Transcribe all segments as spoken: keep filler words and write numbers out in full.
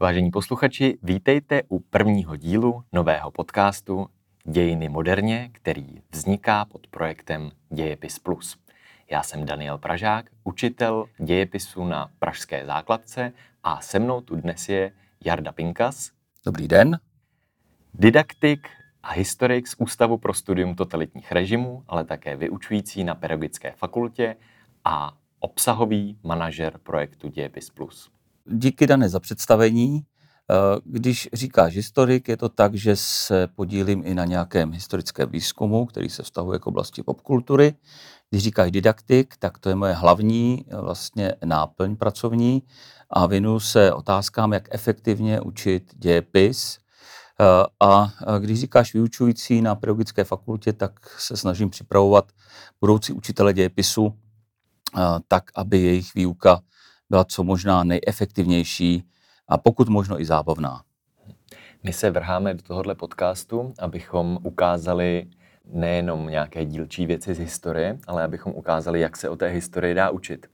Vážení posluchači, vítejte u prvního dílu nového podcastu Dějiny moderně, který vzniká pod projektem Dějepis plus. Já jsem Daniel Pražák, učitel dějepisu na pražské základce a se mnou tu dnes je Jarda Pinkas. Dobrý den. Didaktik a historik z Ústavu pro studium totalitních režimů, ale také vyučující na Pedagogické fakultě a obsahový manažer projektu Dějepis plus. Díky, Dane, za představení. Když říkáš historik, je to tak, že se podílím i na nějakém historickém výzkumu, který se vztahuje k oblasti popkultury. Když říkáš didaktik, tak to je moje hlavní vlastně náplň pracovní a věnuju se otázkám, jak efektivně učit dějepis. A když říkáš vyučující na Pedagogické fakultě, tak se snažím připravovat budoucí učitele dějepisu tak, aby jejich výuka byla co možná nejefektivnější a pokud možno i zábavná. My se vrháme do tohohle podcastu, abychom ukázali nejenom nějaké dílčí věci z historie, ale abychom ukázali, jak se o té historii dá učit.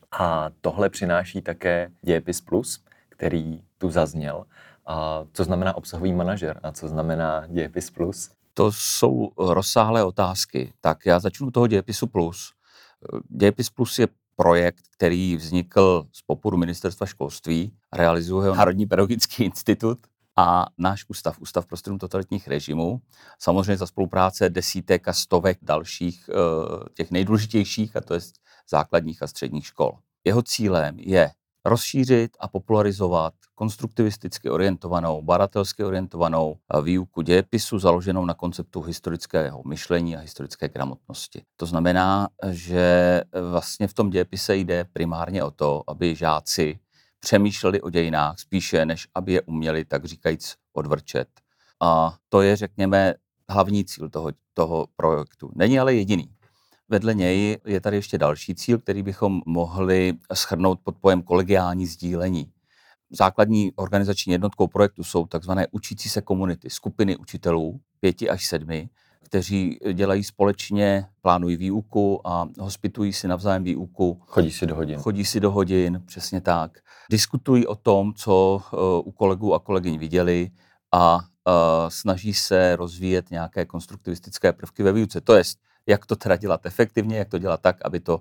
A tohle přináší také Dějepis plus, který tu zazněl. A co znamená obsahový manažer a co znamená Dějepis plus? To jsou rozsáhlé otázky. Tak já začnu toho Dějepisu plus. Dějepis plus je projekt, který vznikl z popudu Ministerstva školství, realizuje ho Národní pedagogický institut a náš ústav, Ústav pro studium totalitních režimů. Samozřejmě za spolupráce desítek a stovek dalších těch nejdůležitějších, a to je základních a středních škol. Jeho cílem je rozšířit a popularizovat konstruktivisticky orientovanou, badatelsky orientovanou výuku dějepisu založenou na konceptu historického myšlení a historické gramotnosti. To znamená, že vlastně v tom dějepise jde primárně o to, aby žáci přemýšleli o dějinách spíše, než aby je uměli, tak říkajíc, odvrčet. A to je, řekněme, hlavní cíl toho, toho projektu. Není ale jediný. Vedle něj je tady ještě další cíl, který bychom mohli shrnout pod pojem kolegiální sdílení. Základní organizační jednotkou projektu jsou takzvané učící se komunity, skupiny učitelů, pěti až sedmi, kteří dělají společně, plánují výuku a hospitují si navzájem výuku. Chodí si do hodin. Chodí si do hodin, přesně tak. Diskutují o tom, co u kolegů a kolegyň viděli a snaží se rozvíjet nějaké konstruktivistické prvky ve výuce. To jest, jak to teda dělat efektivně, jak to dělat tak, aby to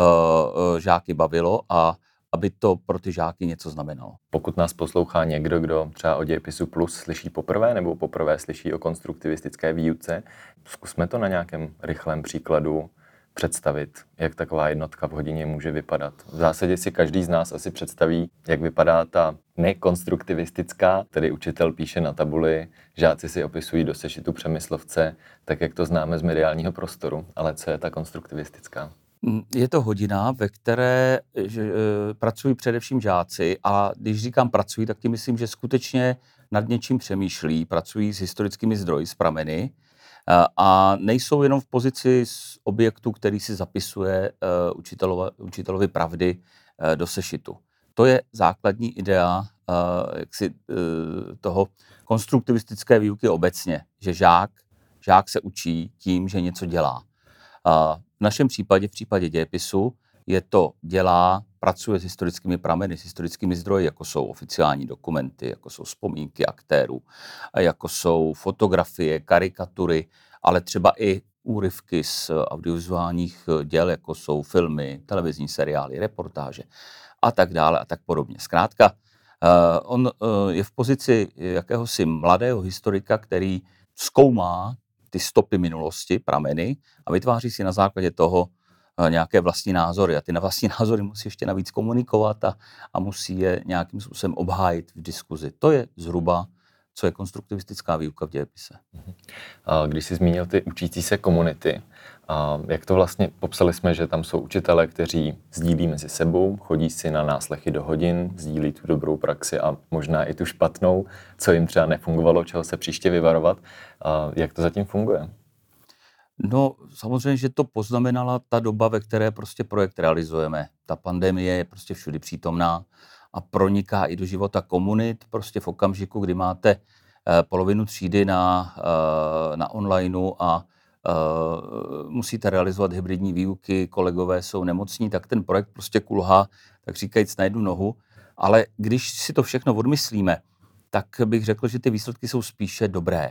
uh, žáky bavilo a aby to pro ty žáky něco znamenalo. Pokud nás poslouchá někdo, kdo třeba o Dějepisu plus slyší poprvé nebo poprvé slyší o konstruktivistické výuce, zkusme to na nějakém rychlém příkladu představit, jak taková jednotka v hodině může vypadat. V zásadě si každý z nás asi představí, jak vypadá ta nekonstruktivistická, tedy učitel píše na tabuli, žáci si opisují do sešitu přemyslovce, tak jak to známe z mediálního prostoru, ale co je ta konstruktivistická? Je to hodina, ve které že, e, pracují především žáci a když říkám pracují, tak tím myslím, že skutečně nad něčím přemýšlí, pracují s historickými zdroji, s prameny a, a nejsou jenom v pozici z objektu, který si zapisuje e, učitelova, učitelovi pravdy e, do sešitu. To je základní idea e, jaksi, e, toho konstruktivistické výuky obecně, že žák, žák se učí tím, že něco dělá. A v našem případě, v případě dějepisu, je to dělá, pracuje s historickými prameny, s historickými zdroji, jako jsou oficiální dokumenty, jako jsou vzpomínky aktérů, jako jsou fotografie, karikatury, ale třeba i úryvky z audiovizuálních děl, jako jsou filmy, televizní seriály, reportáže a tak dále a tak podobně. Zkrátka, on je v pozici jakéhosi mladého historika, který zkoumá ty stopy minulosti, prameny a vytváří si na základě toho nějaké vlastní názory. A ty na vlastní názory musí ještě navíc komunikovat a, a musí je nějakým způsobem obhájit v diskuzi. To je zhruba, co je konstruktivistická výuka v dějepise. Když jsi zmínil ty učící se komunity, jak to vlastně, popsali jsme, že tam jsou učitelé, kteří sdílí mezi sebou, chodí si na náslechy do hodin, sdílí tu dobrou praxi a možná i tu špatnou, co jim třeba nefungovalo, čeho se příště vyvarovat. Jak to zatím funguje? No, samozřejmě, že to poznamenala ta doba, ve které prostě projekt realizujeme. Ta pandemie je prostě všudy přítomná a proniká i do života komunit. Prostě v okamžiku, kdy máte polovinu třídy na, na onlineu a Uh, musíte realizovat hybridní výuky, kolegové jsou nemocní, tak ten projekt prostě kulhá, tak říkajíc, na jednu nohu Ale když si to všechno odmyslíme, tak bych řekl, že ty výsledky jsou spíše dobré.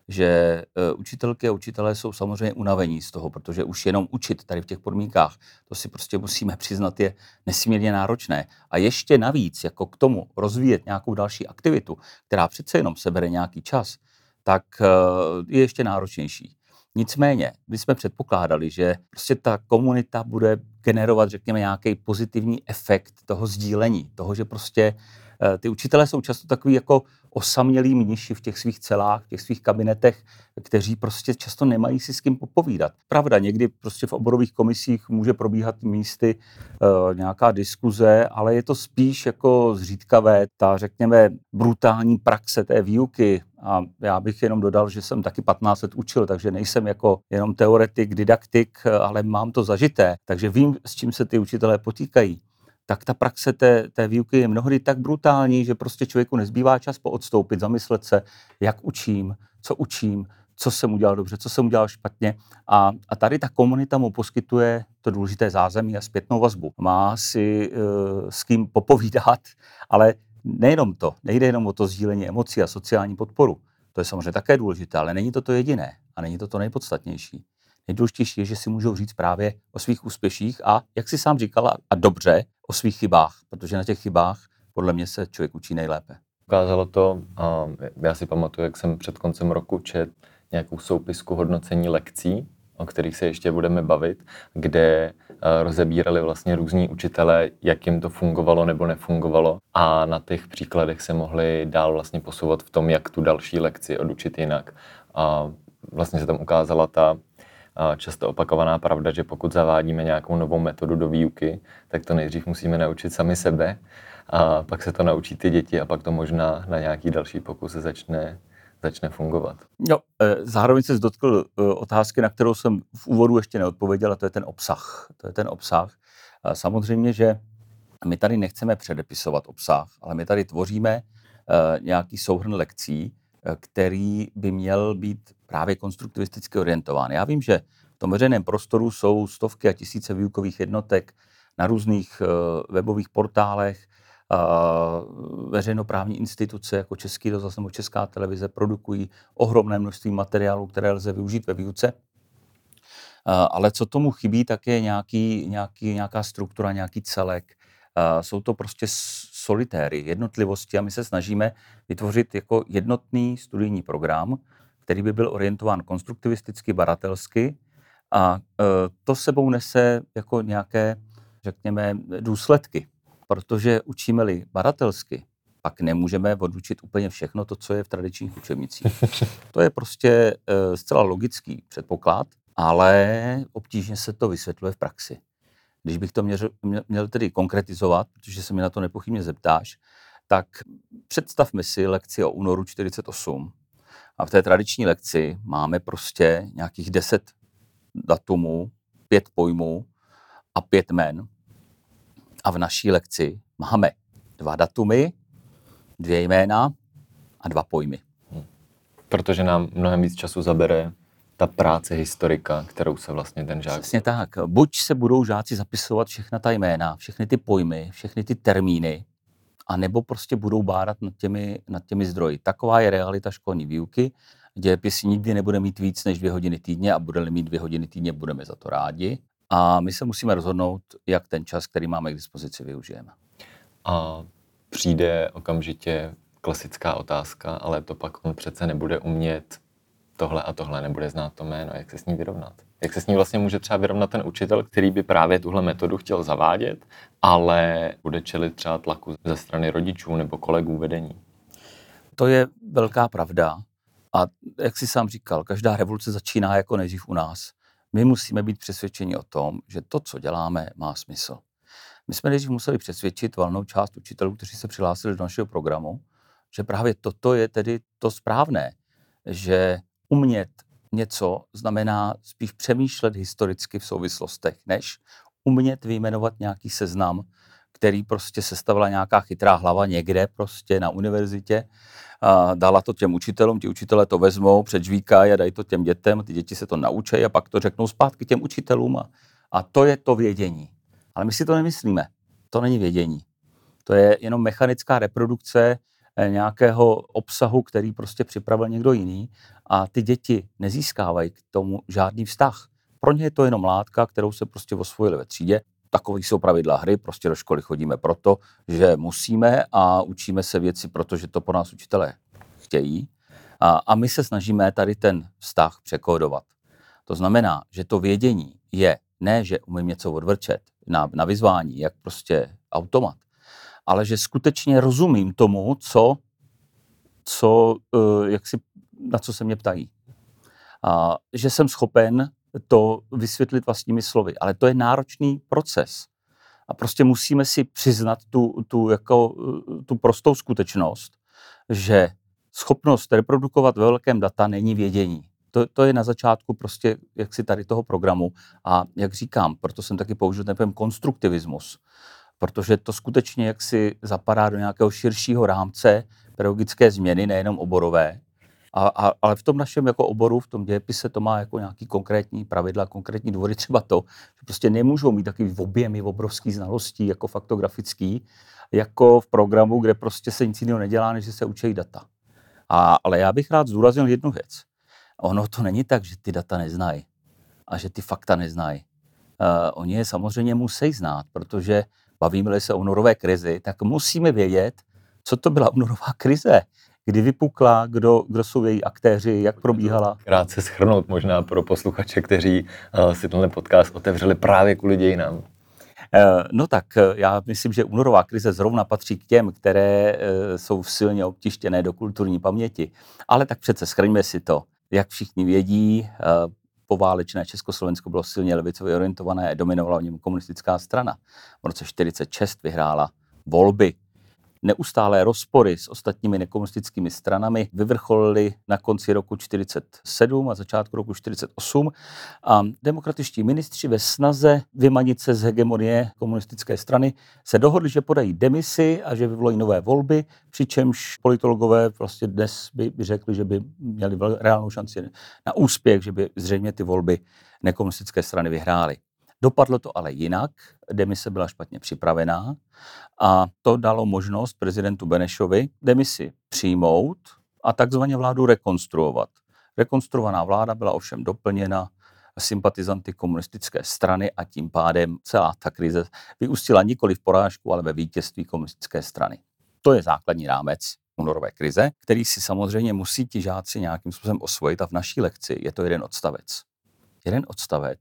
Že uh, učitelky a učitelé jsou samozřejmě unavení z toho, protože už jenom učit tady v těch podmínkách, to si prostě musíme přiznat, je nesmírně náročné. A ještě navíc, jako k tomu rozvíjet nějakou další aktivitu, která přece jenom sebere nějaký čas, tak uh, je ještě náročnější. Nicméně, my jsme předpokládali, že prostě ta komunita bude generovat, řekněme, nějaký pozitivní efekt toho sdílení, toho, že prostě ty učitelé jsou často takový jako osamělí mniši v těch svých celách, v těch svých kabinetech, kteří prostě často nemají si s kým popovídat. Pravda, někdy prostě v oborových komisích může probíhat místy e, nějaká diskuze, ale je to spíš jako zřídkavé, ta, řekněme, brutální praxe té výuky. A já bych jenom dodal, že jsem taky patnáct let učil, takže nejsem jako jenom teoretik, didaktik, ale mám to zažité, takže vím, s čím se ty učitelé potýkají. Tak ta praxe té, té výuky je mnohdy tak brutální, že prostě člověku nezbývá čas poodstoupit, zamyslet se, jak učím, co učím, co jsem udělal dobře, co jsem udělal špatně. A, a tady ta komunita mu poskytuje to důležité zázemí a zpětnou vazbu. Má si uh, s kým popovídat, ale nejenom to, nejde jenom o to sdílení emocí a sociální podporu. To je samozřejmě také důležité, ale není to to jediné a není to to nejpodstatnější. Nejdůležitější je, že si můžou říct právě o svých úspěších a, jak si sám říkala, a dobře, o svých chybách, protože na těch chybách podle mě se člověk učí nejlépe. Ukázalo to, a já si pamatuju, jak jsem před koncem roku čet nějakou soupisku hodnocení lekcí, o kterých se ještě budeme bavit, kde rozebírali vlastně různí učitelé, jak jim to fungovalo nebo nefungovalo a na těch příkladech se mohli dál vlastně posouvat v tom, jak tu další lekci odučit jinak. A vlastně se tam ukázala ta často opakovaná pravda, že pokud zavádíme nějakou novou metodu do výuky, tak to nejdřív musíme naučit sami sebe a pak se to naučí ty děti a pak to možná na nějaký další pokus začne, začne fungovat. Jo, zároveň se dotkl otázky, na kterou jsem v úvodu ještě neodpověděl, a to je ten obsah. To je ten obsah. Samozřejmě, že my tady nechceme předepisovat obsah, ale my tady tvoříme nějaký souhrn lekcí, který by měl být právě konstruktivisticky orientován. Já vím, že v tom veřejném prostoru jsou stovky a tisíce výukových jednotek na různých webových portálech, veřejnoprávní instituce jako Český rozhlas nebo Česká televize produkují ohromné množství materiálů, které lze využít ve výuce. Ale co tomu chybí, tak je nějaký, nějaký, nějaká struktura, nějaký celek. Jsou to prostě solitéry, jednotlivosti a my se snažíme vytvořit jako jednotný studijní program, který by byl orientován konstruktivisticky, badatelsky a to sebou nese jako nějaké, řekněme, důsledky. Protože učíme-li badatelsky, pak nemůžeme odučit úplně všechno to, co je v tradičních učebnicích. To je prostě zcela logický předpoklad, ale obtížně se to vysvětluje v praxi. Když bych to měl, měl tedy konkretizovat, protože se mi na to nepochybně zeptáš, tak představme si lekci o únoru čtyřicet osm a v té tradiční lekci máme prostě nějakých deset datumů, pět pojmů a pět jmen. A v naší lekci máme dva datumy, dvě jména a dva pojmy. Protože nám mnohem víc času zabere ta práce historika, kterou se vlastně ten žák... Přesně tak. Buď se budou žáci zapisovat všechna ta jména, všechny ty pojmy, všechny ty termíny, anebo prostě budou bádat nad těmi, nad těmi zdroji. Taková je realita školní výuky. Dějepis nikdy nebude mít víc než dvě hodiny týdně a bude-li mít dvě hodiny týdně, budeme za to rádi. A my se musíme rozhodnout, jak ten čas, který máme k dispozici, využijeme. A přijde okamžitě klasická otázka, ale to pak on přece nebude umět tohle a tohle, nebude znát to jméno, jak se s ní vyrovnat. Jak se s ní vlastně může třeba vyrovnat ten učitel, který by právě tuhle metodu chtěl zavádět, ale bude čelit třeba tlaku ze strany rodičů nebo kolegů vedení. To je velká pravda. A jak jsi sám říkal, každá revoluce začíná jako nejdřív u nás. My musíme být přesvědčeni o tom, že to, co děláme, má smysl. My jsme nejdřív museli přesvědčit valnou část učitelů, kteří se přihlásili do našeho programu, že právě toto je tedy to správné, že umět něco znamená spíš přemýšlet historicky v souvislostech, než umět vyjmenovat nějaký seznam, který prostě sestavila nějaká chytrá hlava někde prostě na univerzitě, a dala to těm učitelům, ti učitelé to vezmou, předžvíkají a dají to těm dětem, ty děti se to naučí a pak to řeknou zpátky těm učitelům a, a to je to vědění. Ale my si to nemyslíme. To není vědění. To je jenom mechanická reprodukce nějakého obsahu, který prostě připravil někdo jiný a ty děti nezískávají k tomu žádný vztah. Pro ně je to jenom látka, kterou se prostě osvojili ve třídě. Takový jsou pravidla hry, prostě do školy chodíme proto, že musíme a učíme se věci, protože to po nás učitelé chtějí. A, a my se snažíme tady ten vztah překódovat. To znamená, že to vědění je ne, že umím něco odvrčet na, na vyzvání, jak prostě automat, ale že skutečně rozumím tomu, co, co jak si, na co se mě ptají. A, že jsem schopen to vysvětlit vlastními slovy, ale to je náročný proces. A prostě musíme si přiznat tu, tu, jako, tu prostou skutečnost, že schopnost reprodukovat ve velkém data není vědění. To, to je na začátku prostě jaksi tady toho programu a jak říkám, proto jsem taky použil ten pojem konstruktivismus, protože to skutečně jaksi zapadá do nějakého širšího rámce pedagogické změny, nejenom oborové, a, a, ale v tom našem jako oboru, v tom dějepise to má jako nějaký konkrétní pravidla, konkrétní důvody, třeba to, že prostě nemůžou mít takový objemy obrovský znalostí, jako faktografický, jako v programu, kde prostě se nic jiného nedělá, než že se učí data. A, ale já bych rád zdůraznil jednu věc. Ono to není tak, že ty data neznají a že ty fakta neznají. Uh, oni je samozřejmě musí znát, protože bavíme-li se o únorové krizi, tak musíme vědět, co to byla únorová krize, kdy vypukla, kdo, kdo jsou její aktéři, jak probíhala. Krátce shrnout možná pro posluchače, kteří uh, si tenhle podcast otevřeli právě kvůli dějinám. No tak já myslím, že únorová krize zrovna patří k těm, které jsou silně obtištěné do kulturní paměti. Ale tak přece shrňme si to. Jak všichni vědí, poválečné Československo bylo silně levicově orientované a dominovala v něm komunistická strana. V roce čtyřicet šest vyhrála volby. Neustálé rozpory s ostatními nekomunistickými stranami vyvrcholily na konci roku čtyřicet sedm a začátku roku čtyřicet osm a demokratičtí ministři ve snaze vymanit se z hegemonie komunistické strany se dohodli, že podají demisi a že vyvolají nové volby, přičemž politologové prostě dnes by, by řekli, že by měli reálnou šanci na úspěch, že by zřejmě ty volby nekomunistické strany vyhrály. Dopadlo to ale jinak, demise byla špatně připravená a to dalo možnost prezidentu Benešovi demisi přijmout a takzvaně vládu rekonstruovat. Rekonstruovaná vláda byla ovšem doplněna sympatizanty komunistické strany a tím pádem celá ta krize vyústila nikoli v porážku, ale ve vítězství komunistické strany. To je základní rámec únorové krize, který si samozřejmě musí ti žáci nějakým způsobem osvojit a v naší lekci je to jeden odstavec. Jeden odstavec,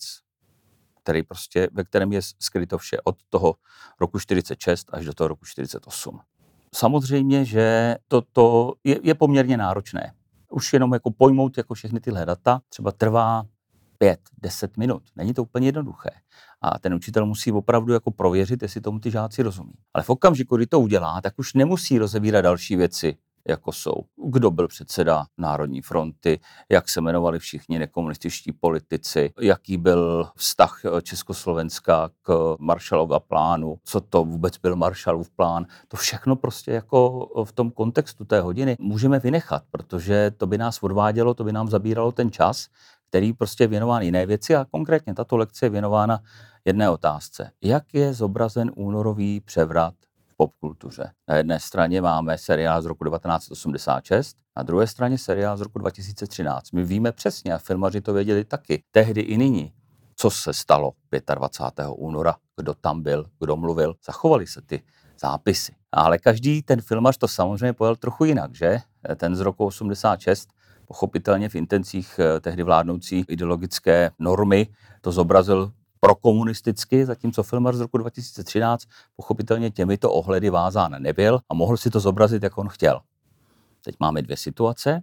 který prostě, ve kterém je skryto vše od toho roku čtyřicet šest až do toho roku čtyřicet osm. Samozřejmě, že toto je, je poměrně náročné. Už jenom jako pojmout jako všechny tyhle data třeba trvá pět, deset minut. Není to úplně jednoduché. A ten učitel musí opravdu jako prověřit, jestli tomu ty žáci rozumí. Ale v okamžiku, kdy to udělá, tak už nemusí rozebírat další věci, jako jsou, kdo byl předseda Národní fronty, jak se jmenovali všichni nekomunističtí politici, jaký byl vztah Československa k Marshallova plánu, co to vůbec byl Marshallův plán. To všechno prostě jako v tom kontextu té hodiny můžeme vynechat, protože to by nás odvádělo, to by nám zabíralo ten čas, který prostě je věnován jiné věci a konkrétně tato lekce je věnována jedné otázce. Jak je zobrazen únorový převrat v popkultuře? Na jedné straně máme seriál z roku devatenáct set osmdesát šest, na druhé straně seriál z roku dva tisíce třináct. My víme přesně a filmaři to věděli taky, tehdy i nyní, co se stalo dvacátého pátého února, kdo tam byl, kdo mluvil. Zachovaly se ty zápisy. Ale každý ten filmař to samozřejmě pojel trochu jinak, že? Ten z roku osmdesát šest pochopitelně v intencích tehdy vládnoucí ideologické normy to zobrazil prokomunisticky, zatímco filmař z roku dva tisíce třináct pochopitelně těmito ohledy vázán nebyl a mohl si to zobrazit, jak on chtěl. Teď máme dvě situace,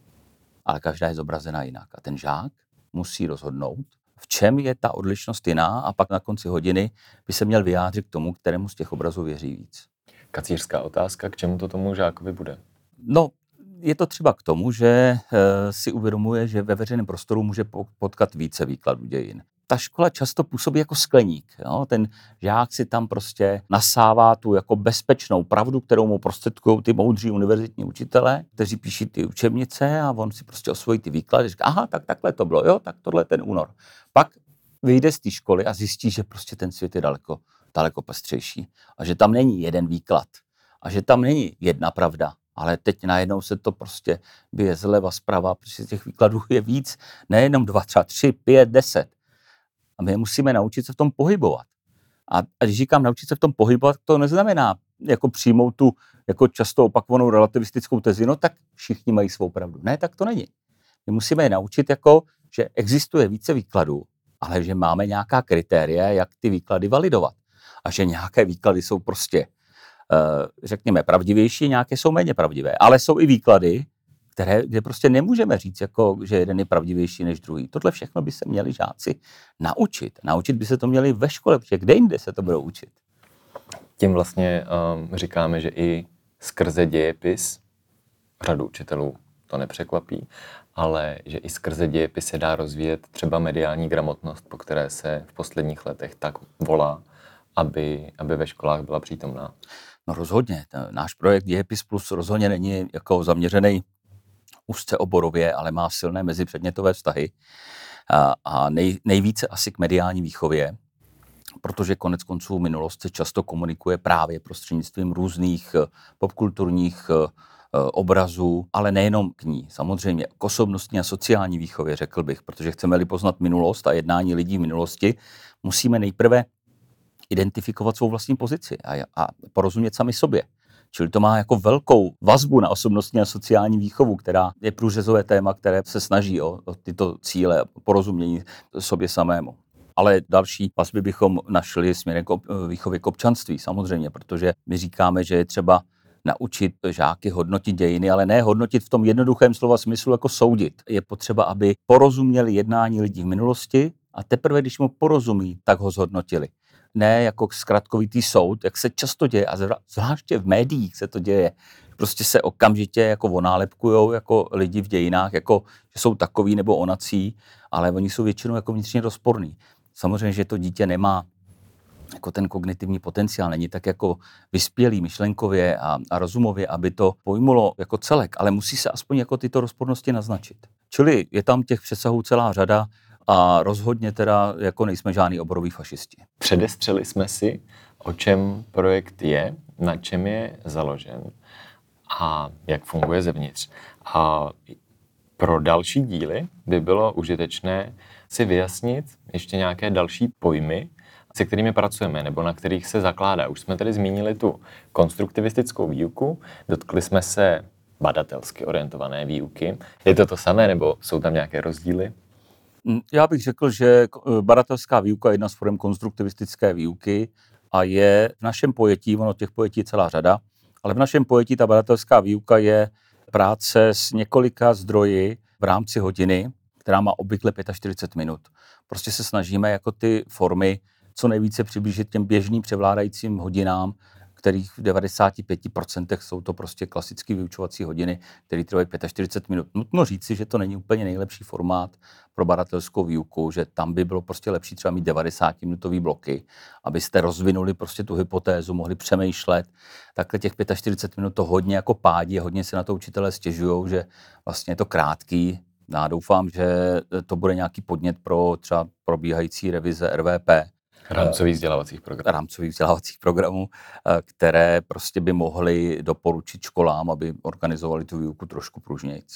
ale každá je zobrazena jinak. A ten žák musí rozhodnout, v čem je ta odlišnost jiná a pak na konci hodiny by se měl vyjádřit k tomu, kterému z těch obrazů věří víc. Kacířská otázka, k čemu to tomu žákovi bude? No, je to třeba k tomu, že e, si uvědomuje, že ve veřejném prostoru může potkat více výkladů dějin. Ta škola často působí jako skleník. Jo? Ten žák si tam prostě nasává tu jako bezpečnou pravdu, kterou mu prostředkují ty moudří univerzitní učitelé, kteří píší ty učebnice a on si prostě osvojí ty výklady. Říká, aha, tak takhle to bylo, jo, tak tohle je ten únor. Pak vyjde z té školy a zjistí, že prostě ten svět je daleko daleko pestřejší. A že tam není jeden výklad. A že tam není jedna pravda. Ale teď najednou se to prostě bije zleva, zprava, protože těch výkladů je víc, nejenom dva, třeba tři, pět, deset. A my musíme naučit se v tom pohybovat. A, a když říkám naučit se v tom pohybovat, to neznamená jako přijmout tu jako často opakovanou relativistickou tezi, no tak všichni mají svou pravdu. Ne, tak to není. My musíme je naučit, jako, že existuje více výkladů, ale že máme nějaká kritéria, jak ty výklady validovat. A že nějaké výklady jsou prostě, řekněme, pravdivější, nějaké jsou méně pravdivé. Ale jsou i výklady, které, kde prostě nemůžeme říct, jako, že jeden je pravdivější než druhý. Tohle všechno by se měli žáci naučit. Naučit by se to měli ve škole, protože kde jinde se to budou učit. Tím vlastně um, říkáme, že i skrze dějepis, řadu učitelů to nepřekvapí, ale že i skrze dějepis se dá rozvíjet třeba mediální gramotnost, po které se v posledních letech tak volá, aby, aby ve školách byla přítomná. No rozhodně. Ten náš projekt Dějepis Plus rozhodně není jako zaměřený úzce oborově, ale má silné mezipředmětové vztahy a, a nej, nejvíce asi k mediální výchově, protože konec konců minulost se často komunikuje právě prostřednictvím různých popkulturních obrazů, ale nejenom k ní. Samozřejmě k osobnostní a sociální výchově, řekl bych, protože chceme-li poznat minulost a jednání lidí v minulosti, musíme nejprve identifikovat svou vlastní pozici a, a porozumět sami sobě. Čili to má jako velkou vazbu na osobnostní a sociální výchovu, která je průřezové téma, které se snaží o, o tyto cíle, porozumění sobě samému. Ale další vazby bychom našli směrem k výchově k občanství, samozřejmě, protože my říkáme, že je třeba naučit žáky hodnotit dějiny, ale ne hodnotit v tom jednoduchém slova smyslu jako soudit. Je potřeba, aby porozuměli jednání lidí v minulosti a teprve, když mu porozumí, tak ho zhodnotili. Ne jako zkratkovitý soud, jak se často děje, a zvláště v médiích se to děje. Prostě se okamžitě jako onálepkujou jako lidi v dějinách, jako že jsou takový nebo onací, ale oni jsou většinou jako vnitřně rozporní. Samozřejmě, že to dítě nemá jako ten kognitivní potenciál, není tak jako vyspělý myšlenkově a, a rozumově, aby to pojmulo jako celek, ale musí se aspoň jako tyto rozpornosti naznačit. Čili je tam těch přesahů celá řada a rozhodně teda jako nejsme žádný oborový fašisti. Předestřeli jsme si, o čem projekt je, na čem je založen a jak funguje zevnitř. A pro další díly by bylo užitečné si vyjasnit ještě nějaké další pojmy, se kterými pracujeme nebo na kterých se zakládá. Už jsme tady zmínili tu konstruktivistickou výuku, dotkli jsme se badatelsky orientované výuky. Je to to samé nebo jsou tam nějaké rozdíly? Já bych řekl, že badatelská výuka je jedna z forem konstruktivistické výuky a je v našem pojetí, ono těch pojetí je celá řada, ale v našem pojetí ta badatelská výuka je práce s několika zdroji v rámci hodiny, která má obvykle čtyřicet pět minut. Prostě se snažíme jako ty formy co nejvíce přiblížit těm běžným převládajícím hodinám, kterých v devadesát pět procent jsou to prostě klasické vyučovací hodiny, které trvají čtyřicet pět minut. Nutno říci, že to není úplně nejlepší formát pro badatelskou výuku, že tam by bylo prostě lepší třeba mít devadesátiminutové bloky, abyste rozvinuli prostě tu hypotézu, mohli přemýšlet. Takhle těch čtyřicet pět minut to hodně jako pádí, hodně se na to učitelé stěžují, že vlastně je to krátký. Já doufám, že to bude nějaký podnět pro třeba probíhající revize R V P. Rámcových vzdělávacích programů. Rámcových vzdělávacích programů, které prostě by mohly doporučit školám, aby organizovali tu výuku trošku pružnějc.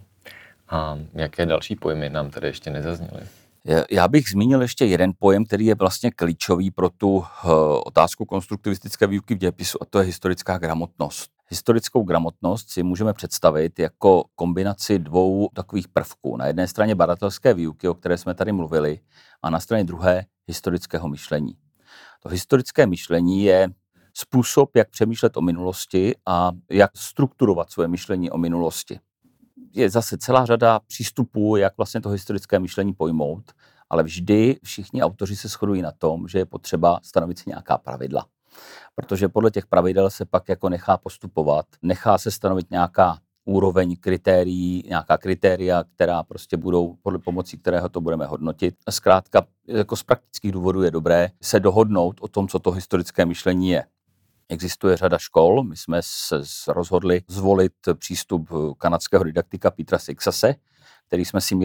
A jaké další pojmy nám tady ještě nezazněly? Já bych zmínil ještě jeden pojem, který je vlastně klíčový pro tu otázku konstruktivistické výuky v dějepisu, a to je historická gramotnost. Historickou gramotnost si můžeme představit jako kombinaci dvou takových prvků. Na jedné straně badatelské výuky, o které jsme tady mluvili, a na straně druhé historického myšlení. To historické myšlení je způsob, jak přemýšlet o minulosti a jak strukturovat své myšlení o minulosti. Je zase celá řada přístupů, jak vlastně to historické myšlení pojmout, ale vždy všichni autoři se shodují na tom, že je potřeba stanovit si nějaká pravidla. Protože podle těch pravidel se pak jako nechá postupovat, nechá se stanovit nějaká úroveň kritérií, nějaká kritéria, která prostě budou, podle pomocí kterého to budeme hodnotit. A zkrátka, jako z praktických důvodů je dobré se dohodnout o tom, co to historické myšlení je. Existuje řada škol, my jsme se rozhodli zvolit přístup kanadského didaktika Petera Seixase, který jsme si mírně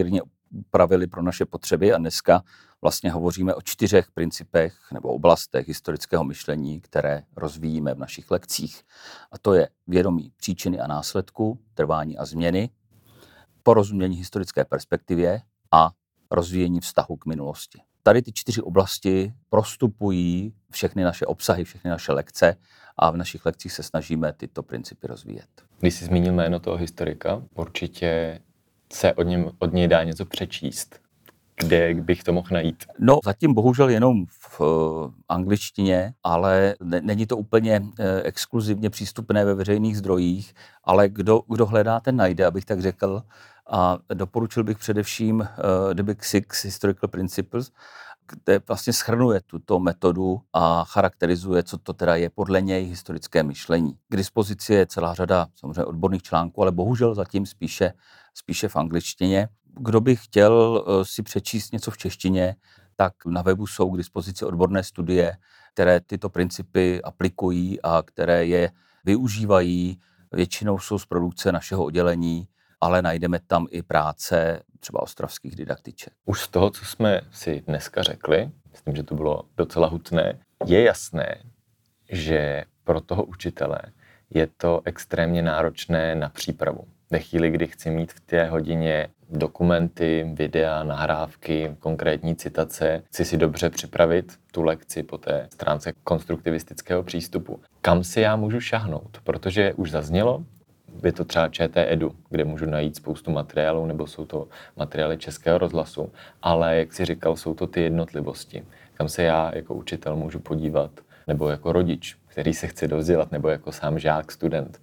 upravili pro naše potřeby a dneska vlastně hovoříme o čtyřech principech nebo oblastech historického myšlení, které rozvíjíme v našich lekcích. A to je vědomí příčiny a následku, trvání a změny, porozumění historické perspektivě a rozvíjení vztahu k minulosti. Tady ty čtyři oblasti prostupují všechny naše obsahy, všechny naše lekce a v našich lekcích se snažíme tyto principy rozvíjet. Když jsi zmínil jméno toho historika, určitě se od, něm, od něj dá něco přečíst. Kde bych to mohl najít? No, zatím bohužel jenom v uh, angličtině, ale ne, není to úplně uh, exkluzivně přístupné ve veřejných zdrojích, ale kdo, kdo hledá, ten najde, abych tak řekl. A doporučil bych především uh, The Big Six Historical Principles, kde vlastně shrnuje tuto metodu a charakterizuje, co to teda je podle něj historické myšlení. K dispozici je celá řada samozřejmě odborných článků, ale bohužel zatím spíše, spíše v angličtině. Kdo by chtěl si přečíst něco v češtině, tak na webu jsou k dispozici odborné studie, které tyto principy aplikují a které je využívají. Většinou jsou z produkce našeho oddělení, ale najdeme tam i práce třeba ostravských didaktiček. Už z toho, co jsme si dneska řekli, myslím, že to bylo docela hutné, je jasné, že pro toho učitele je to extrémně náročné na přípravu. Ve chvíli, kdy chci mít v té hodině dokumenty, videa, nahrávky, konkrétní citace, chci si dobře připravit tu lekci po té stránce konstruktivistického přístupu. Kam si já můžu šahnout? Protože už zaznělo, je to třeba ČT Edu, kde můžu najít spoustu materiálů, nebo jsou to materiály Českého rozhlasu, ale jak si říkal, jsou to ty jednotlivosti. Kam se já jako učitel můžu podívat, nebo jako rodič, který se chce dovzdělat, nebo jako sám žák, student.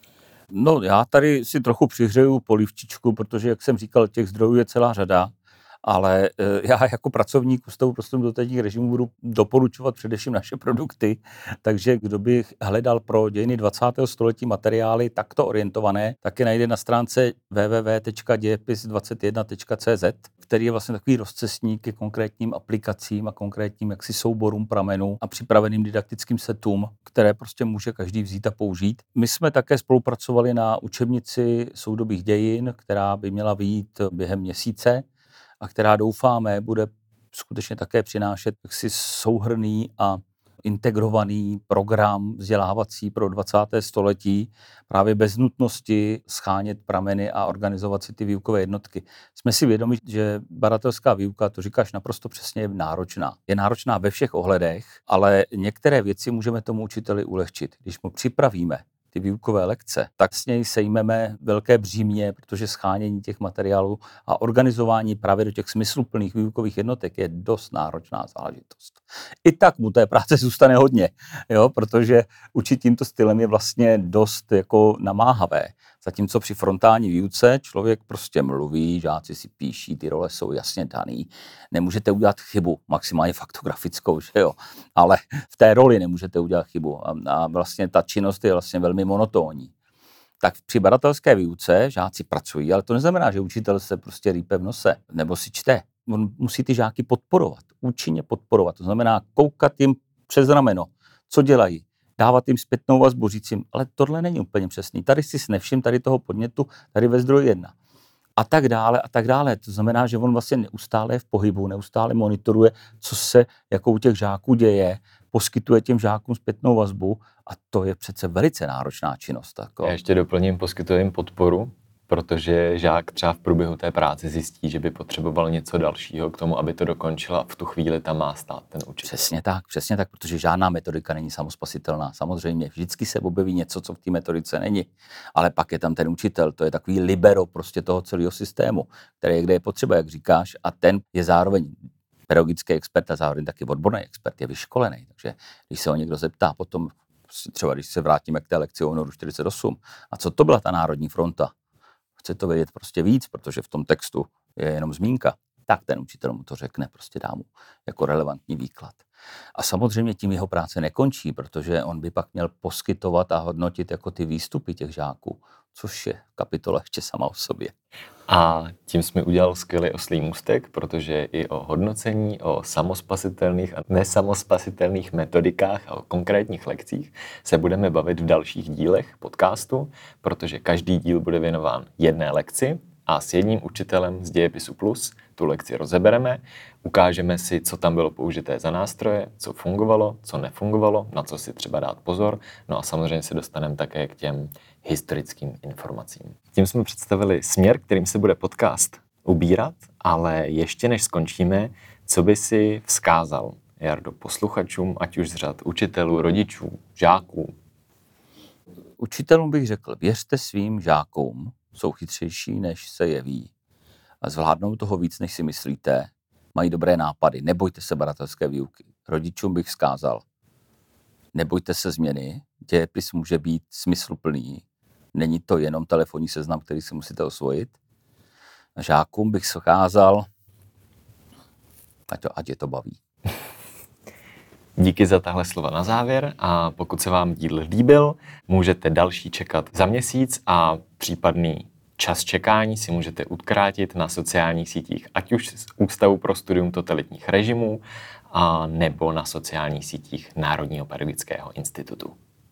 No, já tady si trochu přihřeju polivčičku, protože, jak jsem říkal, těch zdrojů je celá řada, ale já jako pracovník Ústavu pro studium totalitních režimů budu doporučovat především naše produkty, takže kdo by hledal pro dějiny dvacátého století materiály takto orientované, tak je najde na stránce w w w tečka dějepis dvacet jedna tečka c z, který je vlastně takový rozcestník ke konkrétním aplikacím a konkrétním jaksi souborům pramenů a připraveným didaktickým setům, které prostě může každý vzít a použít. My jsme také spolupracovali na učebnici soudobých dějin, která by měla vyjít během měsíce, a která doufáme bude skutečně také přinášet jaksi souhrnný a integrovaný program vzdělávací pro dvacáté století právě bez nutnosti schánět prameny a organizovat si ty výukové jednotky. Jsme si vědomi, že badatelská výuka, to říkáš naprosto přesně, je náročná. Je náročná ve všech ohledech, ale některé věci můžeme tomu učiteli ulehčit. Když mu připravíme ty výukové lekce, tak s něj sejmeme velké břímě, protože schánění těch materiálů a organizování právě do těch smysluplných výukových jednotek je dost náročná záležitost. I tak mu té práce zůstane hodně, jo, protože učit tímto stylem je vlastně dost jako namáhavé. Zatímco při frontální výuce člověk prostě mluví, žáci si píší, ty role jsou jasně daný. Nemůžete udělat chybu, maximálně faktografickou, že jo, ale v té roli nemůžete udělat chybu a, a vlastně ta činnost je vlastně velmi monotónní. Tak při badatelské výuce žáci pracují, ale to neznamená, že učitel se prostě rýpe v nose nebo si čte. On musí ty žáky podporovat, účinně podporovat. To znamená koukat jim přes rameno, co dělají, dávat jim zpětnou vazbu, říct jim, ale tohle není úplně přesný. Tady si nevšim tady toho podnětu, tady ve zdroji jedna. A tak dále, a tak dále. To znamená, že on vlastně neustále je v pohybu, neustále monitoruje, co se jako u těch žáků děje, poskytuje těm žákům zpětnou vazbu a to je přece velice náročná činnost. Jako. Já ještě doplním, poskytuje jim podporu, protože žák třeba v průběhu té práce zjistí, že by potřeboval něco dalšího k tomu, aby to dokončila. V tu chvíli tam má stát ten učitel. Přesně tak, přesně tak, protože žádná metodika není samospasitelná. Samozřejmě, vždycky se objeví něco, co v té metodice není, ale pak je tam ten učitel, to je takový libero prostě toho celého systému, který je, kde je potřeba, jak říkáš, a ten je zároveň pedagogický expert a zároveň taky odborný expert, je vyškolený. Takže když se ho někdo zeptá potom, třeba když se vrátíme k té lekci o únoru čtyřicet osm, a co to byla ta Národní fronta? Chce to vědět prostě víc, protože v tom textu je jenom zmínka, tak ten učitel mu to řekne, prostě dá mu jako relevantní výklad. A samozřejmě tím jeho práce nekončí, protože on by pak měl poskytovat a hodnotit jako ty výstupy těch žáků, což je kapitola ještě sama o sobě. A tím jsme udělal skvělý oslý můstek, protože i o hodnocení, o samospasitelných a nesamospasitelných metodikách a o konkrétních lekcích se budeme bavit v dalších dílech podcastu, protože každý díl bude věnován jedné lekci a s jedním učitelem z Dějepisu Plus tu lekci rozebereme, ukážeme si, co tam bylo použité za nástroje, co fungovalo, co nefungovalo, na co si třeba dát pozor, no a samozřejmě se dostaneme také k těm historickým informacím. Tím jsme představili směr, kterým se bude podcast ubírat, ale ještě než skončíme, co by si vzkázal, Jardo, posluchačům, ať už z řad učitelů, rodičů, žáků? Učitelům bych řekl, věřte svým žákům, jsou chytřejší, než se jeví. A zvládnou toho víc, než si myslíte. Mají dobré nápady. Nebojte se badatelské výuky. Rodičům bych vzkázal, nebojte se změny. Dějepis může být smysluplný. Není to jenom telefonní seznam, který si musíte osvojit. A žákům bych vzkázal, ať, to, ať je to baví. Díky za tahle slova na závěr a pokud se vám díl líbil, můžete další čekat za měsíc a případný čas čekání si můžete ukrátit na sociálních sítích, ať už z Ústavu pro studium totalitních režimů a nebo na sociálních sítích Národního pedagogického institutu.